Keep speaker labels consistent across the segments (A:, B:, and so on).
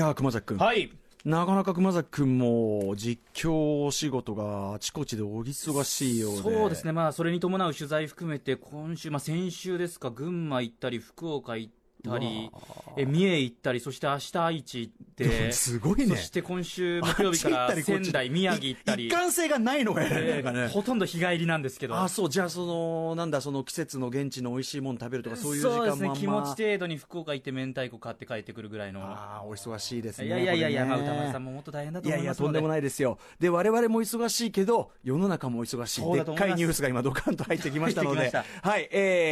A: や熊崎君、
B: はい。
A: なかなか熊崎君も実況仕事があちこちでお忙しいようで。
B: そうですね、それに伴う取材含めて今週、先週ですか、群馬行ったり福岡行ったり三重行ったり、そして明日愛知行って
A: すごいね。
B: そして今週木曜日から仙台宮城行ったり、
A: 一貫性がないのがね、
B: ほとんど日帰りなんですけど。
A: そう、じゃあその季節の現地の美味しいもの食べるとかそういう時間も
B: そうですね、気持ち程度に福岡行って明太子買って帰ってくるぐらいの。
A: お忙しいですね。
B: いや、歌丸さんももっと大変だと思いますので。
A: とんでもないですよ。で、我々も忙しいけど世の中も忙しい、でっかいニュースが今ドカンと入ってきましたのではい、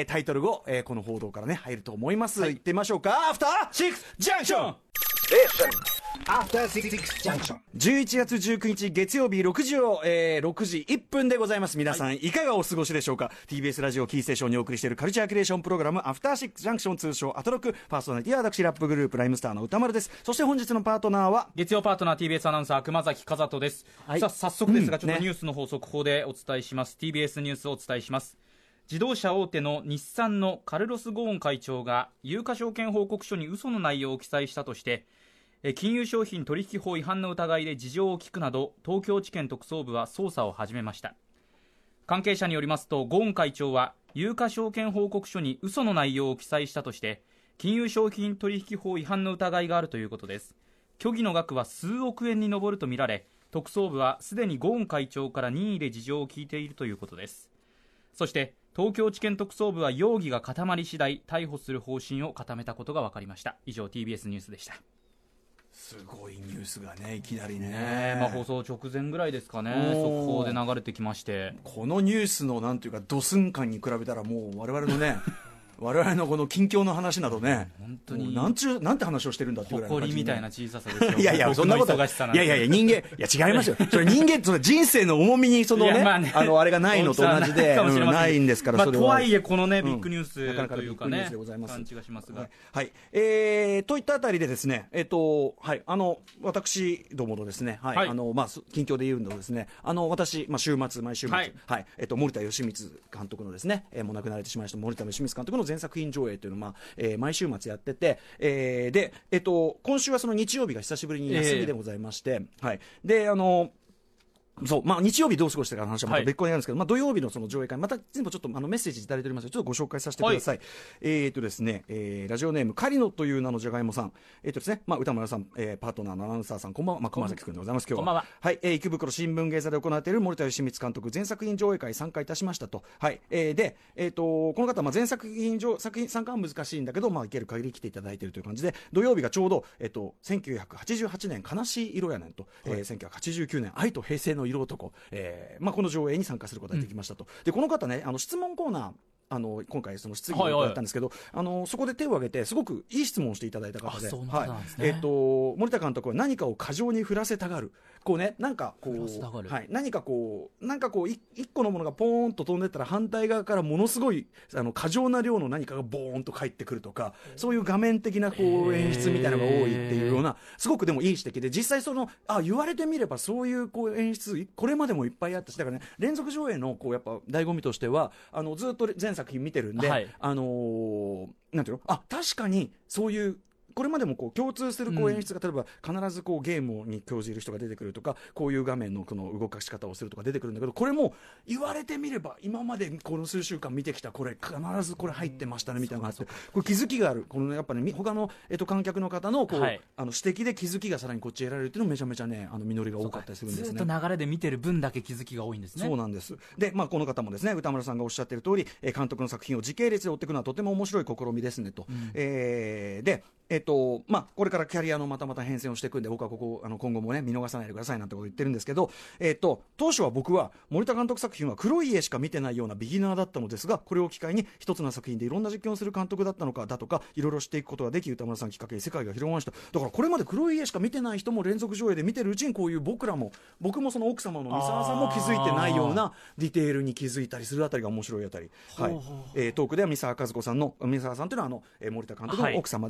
A: タイトル後、この報道からね入ると思います、行ってみましょうか。アフターシックスジャンクション。11月19日月曜日6時1分でございます。皆さん、いかがお過ごしでしょうか。 TBS ラジオキーステーションにお送りしているカルチャーキュレーションプログラム、アフターシックスジャンクション、通称アトロク。パーソナリティは私ラップグループライムスターの歌丸です。そして本日のパートナーは
B: 月曜パートナー TBS アナウンサー熊崎和人です。さあ早速ですが、ちょっとニュースの速報でお伝えします。TBS ニュースをお伝えします。自動車大手の日産のカルロス・ゴーン会長が有価証券報告書に嘘の内容を記載したとして金融商品取引法違反の疑いで事情を聞くなど、東京地検特捜部は捜査を始めました。関係者によりますと、ゴーン会長は有価証券報告書に嘘の内容を記載したとして金融商品取引法違反の疑いがあるということです。虚偽の額は数億円に上るとみられ、特捜部はすでにゴーン会長から任意で事情を聞いているということです。そして東京地検特捜部は容疑が固まり次第逮捕する方針を固めたことが分かりました。以上 TBS ニュースでした。
A: すごいニュースがね、いきなりね、
B: 放送直前ぐらいですかね、速報で流れてきまして、
A: このニュースのなんていうかドスン感に比べたらもう我々のね我々のこの近況の話などね、
B: 本当に
A: なんて話をしてるんだっていうぐらいの
B: 誇りみたいな小ささですよ。
A: いやそんなこと
B: 忙しさなんて。
A: いや人間違いますよ。それ人間その人生の重みにそのね、あれがないのと同じで、ないんですから。それは
B: とはいえこのねビッグニュースというかね、
A: 感
B: じがしますが、
A: はい、といったあたりでですね、はい私どものですね、はい、近況で言うのですね、私毎週末はい、森田義満監督のですね、もう亡くなられてしまいました森田義満監督の全作品上映というのを毎週末やってて、で今週はその日曜日が久しぶりに休みでございまして、はい、でそう日曜日どう過ごしてたかの話はまた別個になるんですけど、土曜日のその上映会、また全部ちょっとメッセージいただいておりますので、ちょっとご紹介させてください。ですね、ラジオネームカリノという名のじゃがいもさん、ですね、歌丸さん、パートナーのアナウンサーさん、こんばんは、熊崎君でございます。今日ははい、池袋新聞芸座で行われている森田義満監督全作品上映会参加いたしましたと。はい、で、この方、全作品参加は難しいんだけど、いける限り来ていただいているという感じで、土曜日がちょうど、1988年悲しい色やねんと、1989年愛と平成の色男、この上映に参加することができましたと。でこの方ね、質問コーナー今回その質疑をやったんですけど、そこで手を挙げてすごくいい質問をしていただいた方で、森田監督は何かを過剰に振らせたがる、こうね、なんかこう、はい、何かこう一個のものがポーンと飛んでったら反対側からものすごい過剰な量の何かがボーンと返ってくるとか、そういう画面的なこう演出みたいなのが多いっていうような、すごくでもいい指摘で、実際言われてみればそういうこう演出これまでもいっぱいあったし、だからね、連続上映のこうやっぱ醍醐味としてはずっと全作品見てるんで、なんていうの、確かにそういうこれまでもこう共通するこう演出が、例えば必ずこうゲームに興じる人が出てくるとか、こういう画面のこの動かし方をするとか出てくるんだけど、これも言われてみれば今までこの数週間見てきたこれ必ずこれ入ってましたねみたいなのがあって、これ気づきがある、このやっぱり他の観客の方のこう、指摘で気づきがさらにこっち得られるっていうのもめちゃめちゃね実りが多かったりするんですね。
B: ずっと流れで見てる分だけ気づきが多いんですね。
A: そうなんです。でこの方もですね、歌村さんがおっしゃっている通り、監督の作品を時系列で追っていくのはとても面白い試みですねと。でこれからキャリアのまた変遷をしていくんで、僕は今後もね見逃さないでくださいなんてことを言ってるんですけど、当初は僕は森田監督作品は黒い絵しか見てないようなビギナーだったのですが、これを機会に一つの作品でいろんな実験をする監督だったのかだとか、いろいろ知っていくことができ、歌村さんきっかけに世界が広がりました。だからこれまで黒い絵しか見てない人も連続上映で見てるうちに、こういう僕もその奥様の三沢さんも気づいてないようなディテールに気づいたりするあたりが面白いあたり、はい、トークでは三沢和子さんの、三沢さんというのは森田監督の奥様であり、プロデュ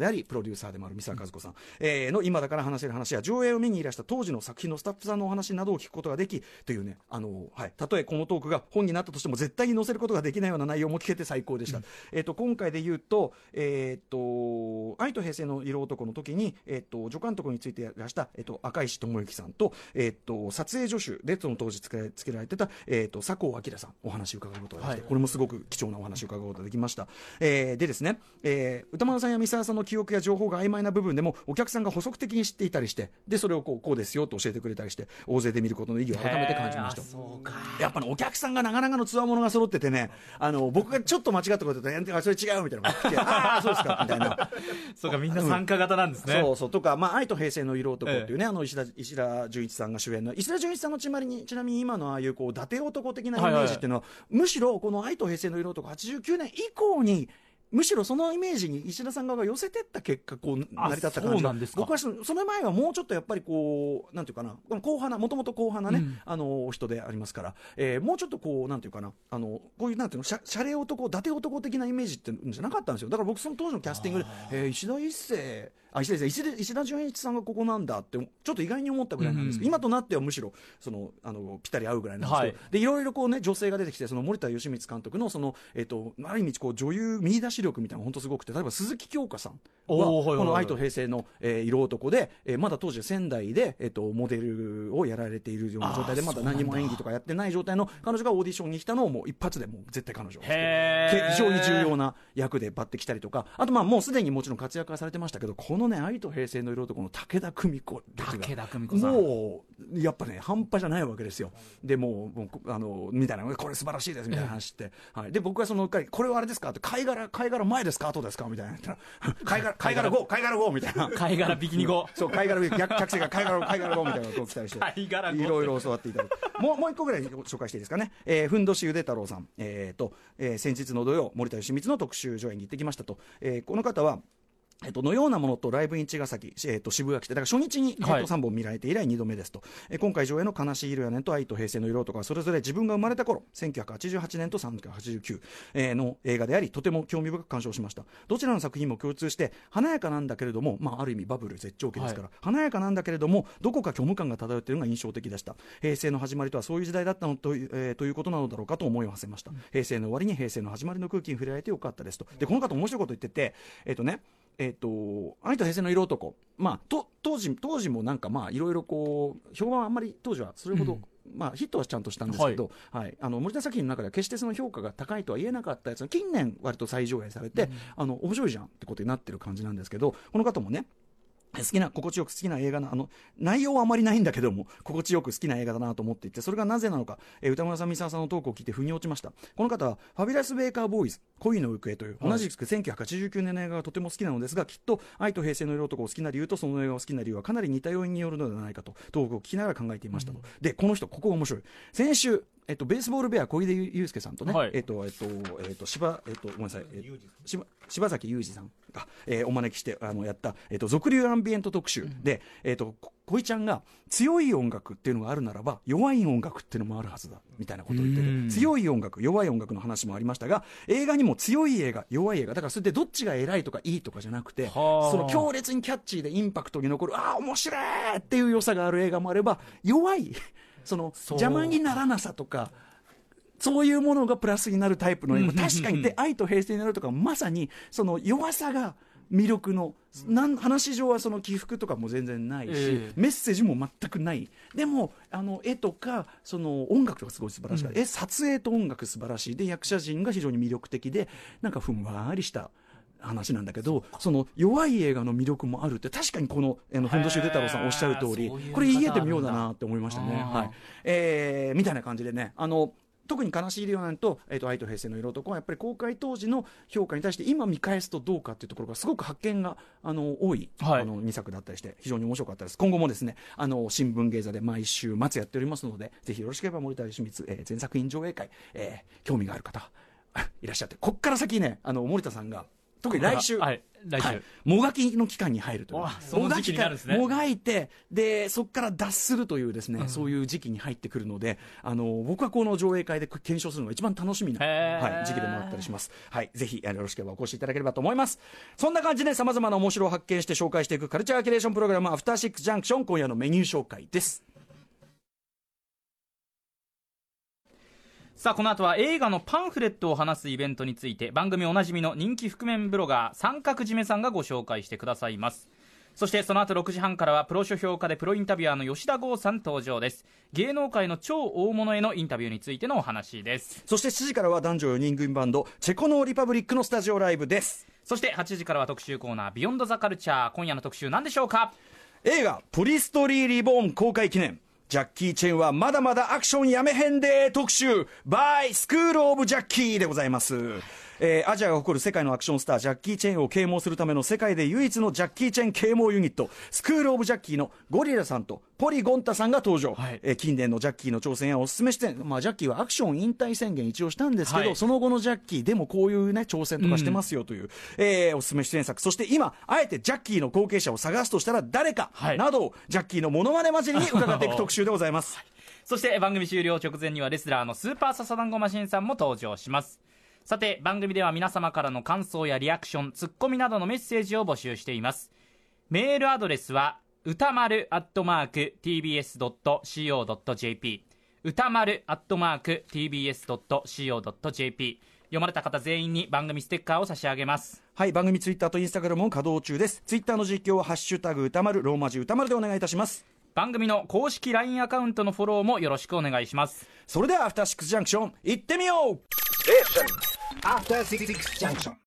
A: デューサーでもある三沢和子さん、の今だから話せる話や、上映を見にいらした当時の作品のスタッフさんのお話などを聞くことができというね、たとえこのトークが本になったとしても絶対に載せることができないような内容も聞けて最高でした。今回で言うと、愛と平成の色男の時に、助監督についていらした、赤石智之さんと、撮影助手でその当時つけられてた、佐藤明さんお話を伺うことができて、これもすごく貴重なお話を伺うことができました。でですね、歌丸さんや三沢さんの記憶や情報が曖昧な部分でもお客さんが補足的に知っていたりして、でそれをこうですよと教えてくれたりして、大勢で見ることの意義を改めて感じました。やっぱね、お客さんがなかなかのつわものが揃っててね、僕がちょっと間違ったこと言うと、それ違うみたいなこと言ってああそうですかみたいな
B: そうか、みんな参加型なんですね。
A: そうとか、愛と平成の色男っていうね、石田純一さんが主演の、石田純一さんのちなみに今のああいう伊達男的なイメージっていうのは、むしろこの愛と平成の色男89年以降にむしろそのイメージに石田さん側が寄せてった結果成り立った感じが、僕はその前はもうちょっとやっぱりなんていうかな、硬派な、もともと硬派なね、お人でありますから、もうちょっとなんていうかな、こういうなんていうの、シャレ男、伊達男的なイメージってんじゃなかったんですよ。だから僕その当時のキャスティングで、石田純一さんがここなんだってちょっと意外に思ったぐらいなんですけど、今となってはむしろぴったり合うぐらいなんですけど、でいろいろ女性が出てきて、その森田義満監督のある意味女優見出し力みたいなのが本当すごくて、例えば鈴木京香さんはこの愛と平成の色男で、まだ当時仙台でモデルをやられているような状態で、まだ何も演技とかやってない状態の彼女がオーディションに来たのをもう一発でもう絶対彼女非常に重要な役で抜擢したりとか、あともうすでにもちろん活躍はされてましたけど、このね愛と平成の色男の武田久美子さん、もうやっぱね半端じゃないわけですよ。でもうみたいな、これ素晴らしいですみたいな話って、で僕はこれはあれですかって、貝殻前ですか後ですかみたいな貝殻5みたいな、貝殻ビキニ5、そう貝殻客席が貝殻5みたいなことを期待していろいろ教わっていただいて、もう一個ぐらい紹介していいですかね。ふんどしゆで太郎さん、先日の土曜森田義満の特集上映に行ってきましたと。この方はのようなものとライブイン茅ヶ崎、渋谷来て、だから初日に、3本見られて以来2度目ですと。今回上映の悲しい色やねんと愛と平成の色とか、それぞれ自分が生まれた頃1988年と1989、の映画であり、とても興味深く鑑賞しました。どちらの作品も共通して華やかなんだけれども、ある意味バブル絶頂期ですから、華やかなんだけれどもどこか虚無感が漂っているのが印象的でした。平成の始まりとはそういう時代だったのということなのだろうかと思いを馳せました。平成の終わりに平成の始まりの空気に触れられてよかったですと。でこの方面白いこと言ってて、愛と平成の色男、当時もなんかいろいろ評判はあんまり当時はそれほど、ヒットはちゃんとしたんですけど、森田作品の中では決してその評価が高いとは言えなかったやつが近年割と再上映されて、面白いじゃんってことになってる感じなんですけど、この方もね心地よく好きな映画内容はあまりないんだけども心地よく好きな映画だなと思っていて、それがなぜなのか、歌村さん三沢さんのトークを聞いて腑に落ちました。この方はファビュラスベーカーボーイズ恋の行方という同じく1989年の映画がとても好きなのですが、きっと愛と平成の色男を好きな理由とその映画を好きな理由はかなり似た要因によるのではないかとトークを聞きながら考えていましたと。でこの人ここが面白い。先週ベースボールベア小出祐介さんとね、ごめんなさい、柴崎裕二さんが、お招きしてやった、俗流アンビエント特集で、小井ちゃんが強い音楽っていうのがあるならば弱い音楽っていうのもあるはずだみたいなことを言ってて、強い音楽弱い音楽の話もありましたが、映画にも強い映画弱い映画だから、それでどっちが偉いとかいいとかじゃなくて、その強烈にキャッチーでインパクトに残る面白いっていう良さがある映画もあれば、弱い邪魔にならなさとかそういうものがプラスになるタイプの映画、確かに。で愛と平成になるとかまさにその弱さが魅力の、話上はその起伏とかも全然ないし、メッセージも全くない。でも絵とかその音楽とかすごい素晴らしい、撮影と音楽素晴らしいで、役者陣が非常に魅力的で、なんかふんわりした話なんだけど、その弱い映画の魅力もあるって、確かにこのふんどしゆで太郎さんおっしゃる通り、これ言えて妙だなって思いましたね。みたいな感じでね、特に悲しい色なんと、愛と平成の色男はやっぱり公開当時の評価に対して今見返すとどうかっていうところがすごく発見が多い、2作だったりして非常に面白かったです。今後もですね新聞芸座で毎週末やっておりますので、ぜひよろしければ森田義満、全作品上映会、興味がある方いらっしゃって、こっから先ね森田さんが特に来週、
B: はい来週、
A: はい、もがきの期間に入るという、
B: その時期になるんですね。
A: もがいて、でそこから脱するというですね、そういう時期に入ってくるので、僕はこの上映会で検証するのが一番楽しみな、はい、時期でもあったりします。はい、ぜひよろしければお越しいただければと思います。そんな感じでさまざまな面白を発見して紹介していくカルチャーキュレーションプログラム、アフターシックスジャンクション、今夜のメニュー紹介です。
B: さあこの後は映画のパンフレットを話すイベントについて、番組おなじみの人気覆面ブロガー三角締めさんがご紹介してくださいます。そしてその後6時半からはプロ書評家でプロインタビュアーの吉田剛さん登場です。芸能界の超大物へのインタビューについてのお話です。
A: そして7時からは男女4人組バンドチェコノーリパブリックのスタジオライブです。
B: そして8時からは特集コーナービヨンドザカルチャー。今夜の特集何でしょうか。
A: 映画トリストリーリボーン公開記念、ジャッキー・チェンはまだまだアクションやめへんで特集 by スクールオブジャッキーでございます。アジアが誇る世界のアクションスタージャッキー・チェンを啓蒙するための世界で唯一のジャッキー・チェン啓蒙ユニットスクールオブジャッキーのゴリラさんとポリゴンタさんが登場、はい、近年のジャッキーの挑戦やおすすめ視点、ジャッキーはアクション引退宣言一応したんですけど、はい、その後のジャッキーでもこういうね挑戦とかしてますよという、おすすめ出演作、そして今あえてジャッキーの後継者を探すとしたら誰か、はい、などをジャッキーのモノマネ交じりに伺っていく特集でございます。
B: そして番組終了直前にはレスラーのスーパーササダンゴマシンさんも登場します。さて番組では皆様からの感想やリアクション、ツッコミなどのメッセージを募集しています。メールアドレスは歌丸@tbs.co.jp 歌丸@tbs.co.jp 読まれた方全員に番組ステッカーを差し上げます。
A: はい、番組ツイッターとインスタグラムも稼働中です。ツイッターの実況はハッシュタグ歌丸ローマ字歌丸でお願いいたします。
B: 番組の公式 LINE アカウントのフォローもよろしくお願いします。
A: それではアフターシックスジャンクション行ってみよう。
C: After 66 junction.